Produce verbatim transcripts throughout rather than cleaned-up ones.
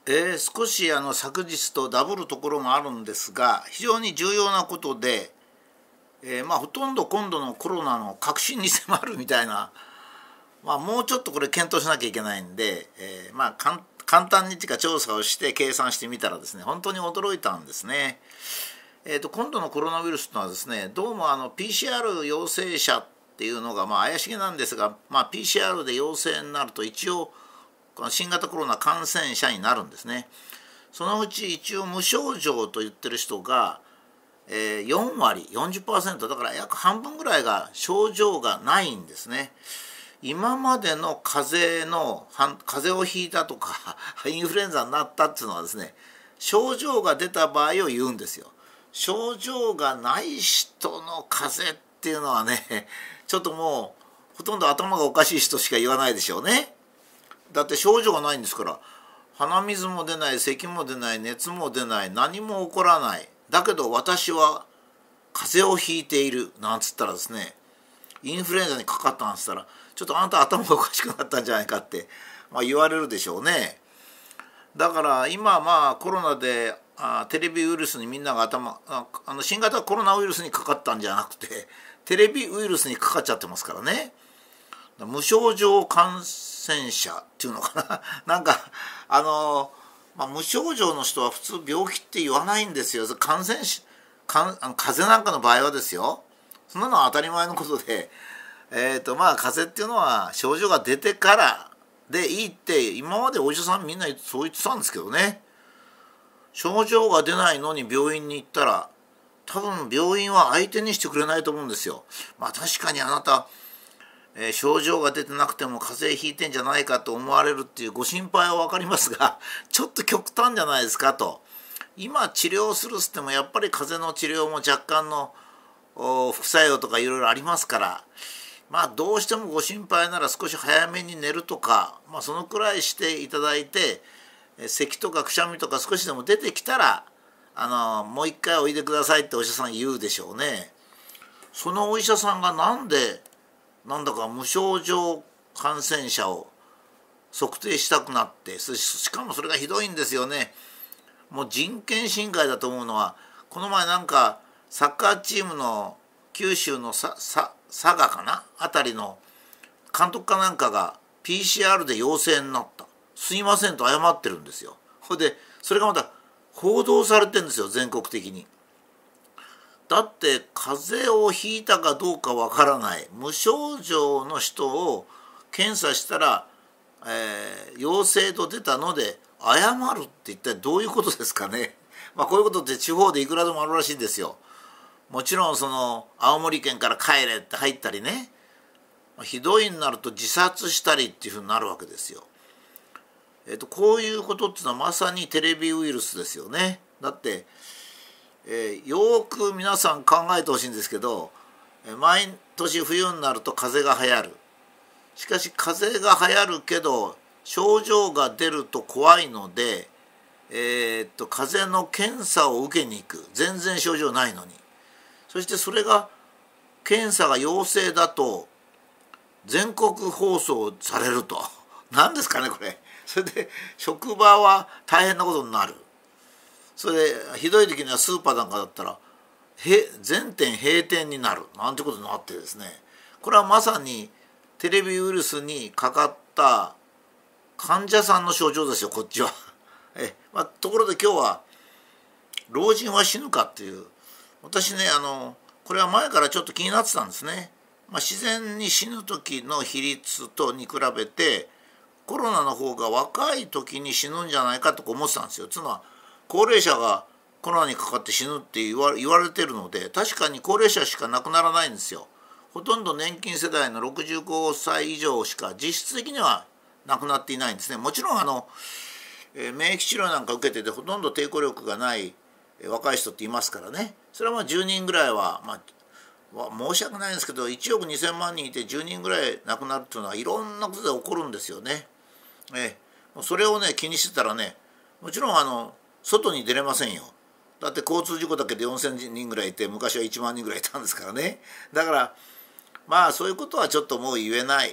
えー少しあの昨日とダブるところもあるんですが、非常に重要なことで、えーまあ、ほとんど今度のコロナの核心に迫るみたいな、まあ、もうちょっとこれ検討しなきゃいけないんで、えーまあ、かん簡単にか調査をして計算してみたらですね、本当に驚いたんですね。えー、と今度のコロナウイルスというのはですね、どうもあの ピーシーアール 陽性者っていうのがまあ怪しげなんですが、まあ、ピーシーアール で陽性になると一応この新型コロナ感染者になるんですね。そのうち一応無症状と言ってる人が、えー、よん割 よんじゅっパーセント だから約半分ぐらいが症状がないんですね。今までの風邪の風邪をひいたとかインフルエンザになったっていうのはですね、症状が出た場合を言うんですよ。症状がない人の風邪っていうのはね、ちょっともうほとんど頭がおかしい人しか言わないでしょうね。だって症状がないんですから、鼻水も出ない、咳も出ない、熱も出ない、何も起こらない、だけど私は風邪をひいているなんつったらですね、インフルエンザにかかったなんつったら、ちょっとあなた頭がおかしくなったんじゃないかって、まあ、言われるでしょうね。だから今まあコロナであテレビウイルスにみんなが頭ああの新型コロナウイルスにかかったんじゃなくて、テレビウイルスにかかっちゃってますからね。無症状感染者っていうのかななんかあの、まあ、無症状の人は普通病気って言わないんですよ。感染しかあの風邪なんかの場合はですよ、そんなのは当たり前のことで、えーとまあ風邪っていうのは症状が出てからでいいって今までお医者さんみんなそう言ってたんですけどね。症状が出ないのに病院に行ったら多分病院は相手にしてくれないと思うんですよ。まあ確かにあなた、えー症状が出てなくても風邪ひいてんじゃないかと思われるっていうご心配は分かりますが、ちょっと極端じゃないですかと。今治療するっつってもやっぱり風邪の治療も若干の副作用とかいろいろありますから、まあどうしてもご心配なら少し早めに寝るとか、まあ、そのくらいしていただいて、咳とかくしゃみとか少しでも出てきたらあのもう一回おいでくださいってお医者さん言うでしょうね。そのお医者さんがなんでなんだか無症状感染者を測定したくなって、しかもそれがひどいんですよね。もう人権侵害だと思うのは、この前なんかサッカーチームの九州のささ佐賀かなあたりの監督かなんかが ピーシーアール で陽性になった、すいませんと謝ってるんですよ。ほいでそれがまた報道されてるんですよ、全国的に。だって風邪をひいたかどうかわからない無症状の人を検査したら、えー陽性と出たので謝るって一体どういうことですかね。まあこういうことって地方でいくらでもあるらしいんですよ。もちろんその青森県から帰れって入ったりね、ひどいになると自殺したりっていうふうになるわけですよ。えっとこういうことっていうのはまさにテレビウイルスですよね。だって、えーよく皆さん考えてほしいんですけど、毎年冬になると風邪が流行る。しかし風邪が流行るけど症状が出ると怖いので、えーっと風邪の検査を受けに行く。全然症状ないのに。そしてそれが検査が陽性だと全国放送されると。何ですかねこれ。それで職場は大変なことになる。それでひどい時にはスーパーなんかだったら全店閉店になるなんてことになってですね、これはまさにテレビウイルスにかかった患者さんの症状ですよ、こっちは。え、まあ、ところで今日は老人は死ぬかっていう、私ねあのこれは前からちょっと気になってたんですね。まあ、自然に死ぬ時の比率とに比べてコロナの方が若い時に死ぬんじゃないかと思ってたんですよ。つまり高齢者がコロナにかかって死ぬって言わ言われてるので、確かに高齢者しか亡くならないんですよ。ほとんど年金世代のろくじゅうごさい以上しか実質的には亡くなっていないんですね。もちろんあの、えー免疫治療なんか受けててほとんど抵抗力がない、えー若い人っていますからね。それはまあじゅうにんぐらいは、まあ、わ申し訳ないんですけどいちおくにせんまん人いてじゅうにんぐらい亡くなるっていうのはいろんなことで起こるんですよね。えーそれをね気にしてたらね、もちろんあの外に出れませんよ。だって交通事故だけでよんせんにんぐらいいて昔はいちまんにんぐらいいたんですからね。だからまあそういうことはちょっともう言えない。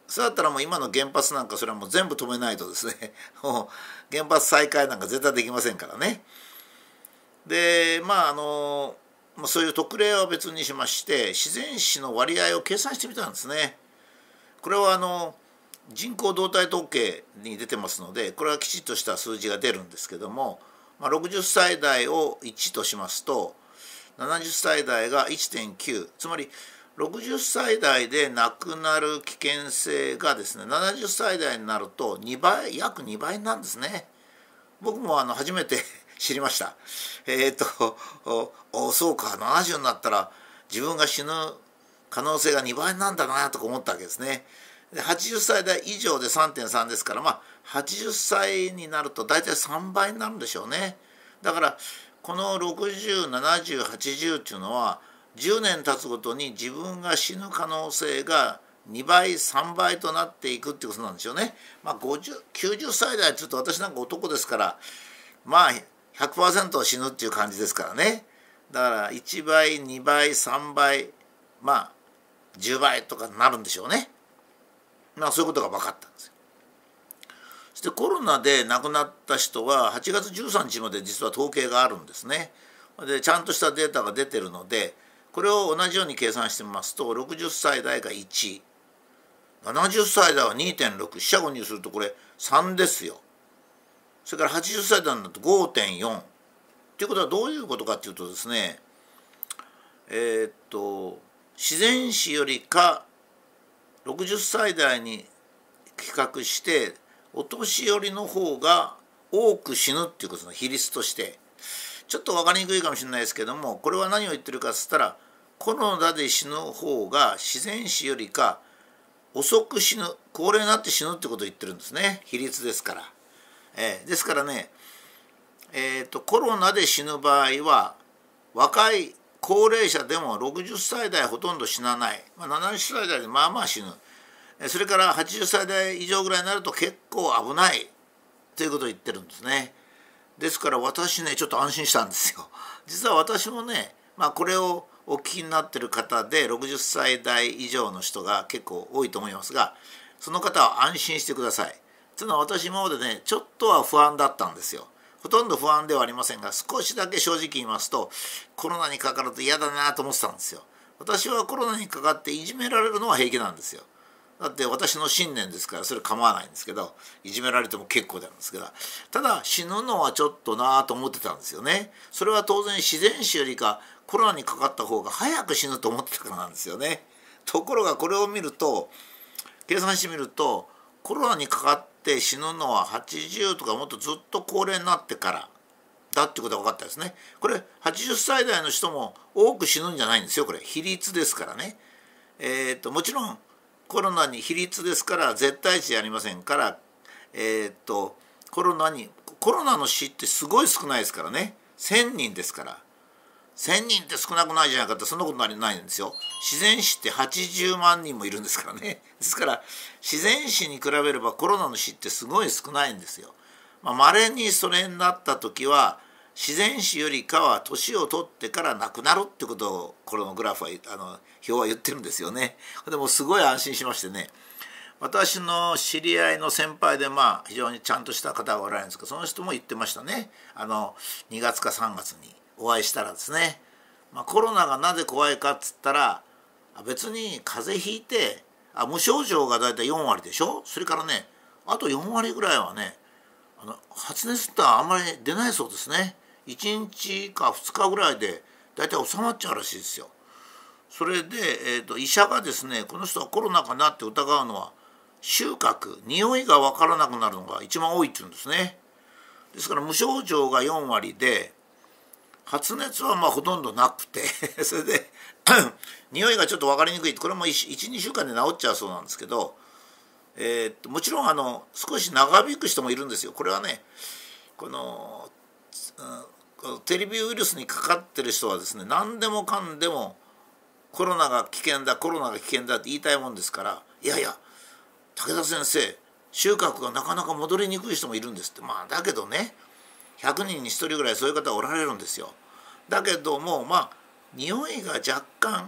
そうだったらもう今の原発なんかそれはもう全部止めないとですねもう原発再開なんか絶対できませんからね。でまああのそういう特例は別にしまして自然死の割合を計算してみたんですね。これはあの人口動態統計に出てますのでこれはきちっとした数字が出るんですけども、まあ、ろくじゅっさい代をいちとしますとななじゅっさい代が いってんきゅう、つまりろくじゅっさい代で亡くなる危険性がですねななじゅっさい代になるとにばい約にばいなんですね。僕もあの初めて知りました。えっ、ー、とおそうかななじゅうになったら自分が死ぬ可能性がにばいなんだなとか思ったわけですね。ではちじゅっさい代以上で さんてんさん ですから、まあはちじゅっさいになると大体さんばいになるんでしょうね。だからこのろくじゅう、ななじゅう、はちじゅうっていうのはじゅうねん経つごとに自分が死ぬ可能性がにばいさんばいとなっていくっていうことなんですよね。まあごじゅう、きゅうじゅっさい代ちょっと私なんか男ですからまあ ひゃくパーセント 死ぬっていう感じですからね。だからいちばいにばいさんばいまあじゅうばいとかになるんでしょうね。まあそういうことが分かったんですよ。そしてコロナで亡くなった人ははちがつじゅうさんにちまで実は統計があるんですね。でちゃんとしたデータが出てるのでこれを同じように計算してみますとろくじゅっさい代がいち、ななじゅっさい代は にてんろく、四捨五入するとこれさんですよ。それからはちじゅっさい代になると ごてんよん。ということはどういうことかというとですねえー、っと自然死よりかろくじゅっさい代に比較してお年寄りの方が多く死ぬっていうことの比率としてちょっと分かりにくいかもしれないですけどもこれは何を言ってるかっつったらコロナで死ぬ方が自然死よりか遅く死ぬ高齢になって死ぬってことを言ってるんですね。比率ですから、えー、ですからねえー、とコロナで死ぬ場合は若い高齢者でもろくじゅっさい代ほとんど死なない、まあ、ななじゅっさい代でまあまあ死ぬ、それからはちじゅっさい代以上ぐらいになると結構危ないということを言ってるんですね。ですから私ねちょっと安心したんですよ。実は私もね、まあ、これをお聞きになってる方でろくじゅっさい代以上の人が結構多いと思いますがその方は安心してください。というのは私今までねちょっとは不安だったんですよ。ほとんど不安ではありませんが少しだけ正直言いますとコロナにかかると嫌だなと思ってたんですよ。私はコロナにかかっていじめられるのは平気なんですよ。だって私の信念ですからそれ構わないんですけどいじめられても結構なんですけどただ死ぬのはちょっとなと思ってたんですよね。それは当然自然死よりかコロナにかかった方が早く死ぬと思ってたからなんですよね。ところがこれを見ると計算してみるとコロナにかかって死ぬのははちじゅうとかもっとずっと高齢になってからだってことが分かったですね。これはちじゅっさい代の人も多く死ぬんじゃないんですよ。これ比率ですからね。えー、っともちろんコロナに比率ですから絶対値ありませんから、えー、っとコロナにコロナの死ってすごい少ないですからね。せんにんですからせんにんって少なくないじゃないかってそんなことないんですよ。自然死ってはちじゅうまんにんもいるんですからね。ですから自然死に比べればコロナの死ってすごい少ないんですよ。まあ、稀にそれになった時は自然死よりかは年を取ってから亡くなるってことをこのグラフはあの表は言ってるんですよね。でもすごい安心しましてね私の知り合いの先輩でまあ非常にちゃんとした方がおられるんですけどその人も言ってましたね。あのにがつかさんがつにお会いしたらですね、まあ、コロナがなぜ怖いかっつったら別に風邪ひいてあ無症状がだいたいよんわりでしょ。それからねあとよんわりぐらいはねあの発熱ってあんまり出ないそうですね。いちにちかふつかぐらいでだいたい収まっちゃうらしいですよ。それで、えー、と医者がですねこの人はコロナかなって疑うのは収穫匂いが分からなくなるのが一番多いっていうんですね。ですから無症状がよんわりで発熱はまあほとんどなくてそれで匂いがちょっと分かりにくいこれもいちにしゅうかんで治っちゃうそうなんですけど、えー、っともちろんあの少し長引く人もいるんですよ。これはねこの、うん、テレビウイルスにかかってる人はですね何でもかんでもコロナが危険だコロナが危険だって言いたいもんですからいやいや武田先生収穫がなかなか戻りにくい人もいるんですって。まあだけどねひゃくにんにひとりぐらいそういう方がおられるんですよ。だけどもまあ匂いが若干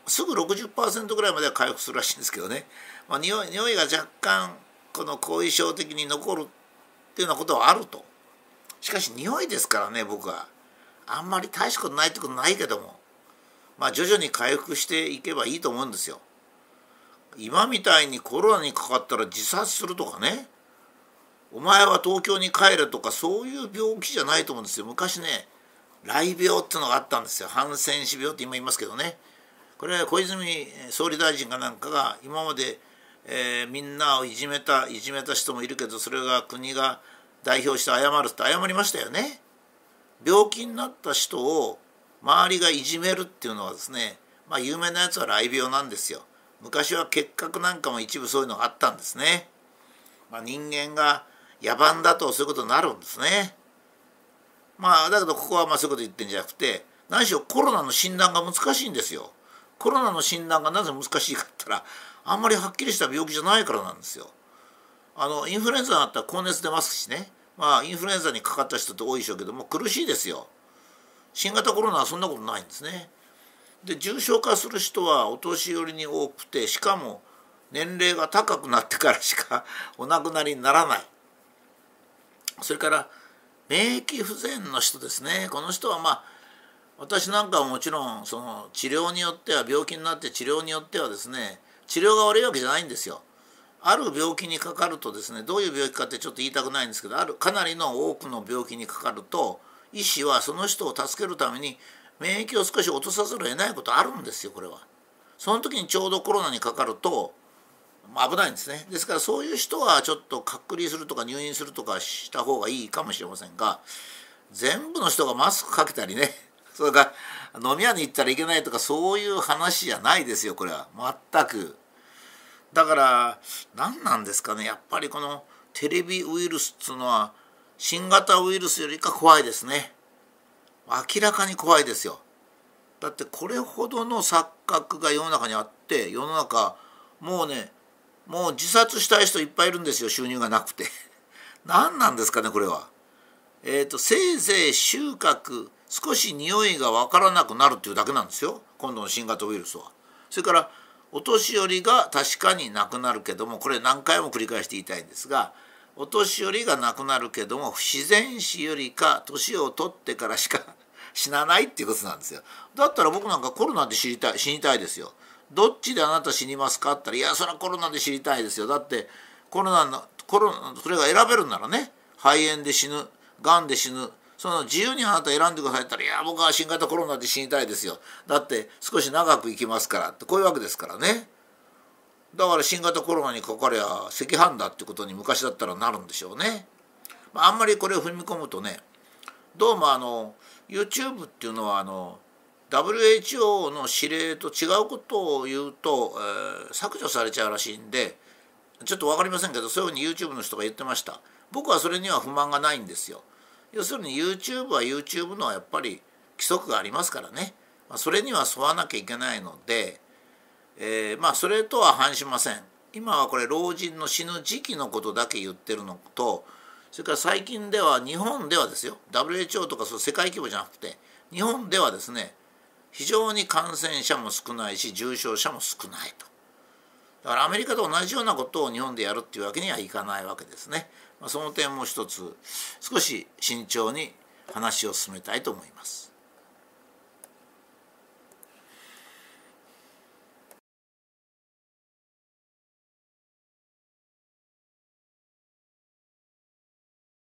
すぐ ろくじゅっパーセント ぐらいまでは回復するらしいんですけどね、まあ、匂い、匂いが若干この後遺症的に残るっていうようなことはあると。しかし匂いですからね、僕はあんまり大したことないってことないけども、まあ徐々に回復していけばいいと思うんですよ。今みたいにコロナにかかったら自殺するとかね、お前は東京に帰れとか、そういう病気じゃないと思うんですよ。昔ね、雷病っていうのがあったんですよ。ハンセン氏病って今言いますけどね、これは小泉総理大臣かなんかが今まで、えー、みんなをいじめたいじめた人もいるけど、それが国が代表して謝るって謝りましたよね。病気になった人を周りがいじめるっていうのはですね、まあ有名なやつは雷病なんですよ。昔は結核なんかも一部そういうのがあったんですね。まあ、人間が野蛮だとそういうことになるんですね。まあだけどここはまあそういうこと言ってんじゃなくて、何しろコロナの診断が難しいんですよ。コロナの診断がなぜ難しいかって言ったら、あんまりはっきりした病気じゃないからなんですよ。あのインフルエンザだったら高熱出ますしね、まあインフルエンザにかかった人って多いでしょうけども、苦しいですよ。新型コロナはそんなことないんですね。で重症化する人はお年寄りに多くて、しかも年齢が高くなってからしかお亡くなりにならない。それから免疫不全の人ですね。この人はまあ私なんかはもちろんその治療によっては、病気になって治療によってはですね、治療が悪いわけじゃないんですよ。ある病気にかかるとですね、どういう病気かってちょっと言いたくないんですけど、あるかなりの多くの病気にかかると、医師はその人を助けるために免疫を少し落とさざるを得ないことあるんですよ。これはその時にちょうどコロナにかかると危ないんですね。ですからそういう人はちょっと隔離するとか入院するとかした方がいいかもしれませんが、全部の人がマスクかけたりね、それから飲み屋に行ったらいけないとか、そういう話じゃないですよ。これは全く。だから何なんですかね、やっぱりこのテレビウイルスっていうのは新型ウイルスよりか怖いですね。明らかに怖いですよ。だってこれほどの錯覚が世の中にあって、世の中もうね、もう自殺したい人いっぱいいるんですよ、収入がなくて。何なんですかねこれは。えーと、せいぜい収穫、少し匂いが分からなくなるっていうだけなんですよ、今度の新型ウイルスは。それからお年寄りが確かに亡くなるけども、これ何回も繰り返して言いたいんですが、お年寄りが亡くなるけども不自然死よりか年を取ってからしか死なないっていうことなんですよ。だったら僕なんかコロナで知りたい死にたいですよ。どっちであなた死にますかって言ったら、いやそれはコロナで死にたいですよ。だってコロナのコロナそれが選べるならね、肺炎で死ぬ、がんで死ぬ、その自由にあなた選んでくださいって言ったら、いや僕は新型コロナで死にたいですよ。だって少し長く生きますからって、こういうわけですからね。だから新型コロナにかかりゃ赤飯だってことに昔だったらなるんでしょうね。あんまりこれを踏み込むとね、どうもあの YouTube っていうのはあの ダブリューエイチオー の指令と違うことを言うと、えー、削除されちゃうらしいんで、ちょっと分かりませんけど、そういうふうに YouTube の人が言ってました。僕はそれには不満がないんですよ。要するに YouTube は YouTube のやっぱり規則がありますからね、それには沿わなきゃいけないので、えー、まあそれとは反しません。今はこれ老人の死ぬ時期のことだけ言ってるのと、それから最近では日本ではですよ、 ダブリューエイチオー とかそう世界規模じゃなくて日本ではですね、非常に感染者も少ないし重症者も少ないと。だからアメリカと同じようなことを日本でやるっていうわけにはいかないわけですね。まあ、その点も一つ少し慎重に話を進めたいと思います。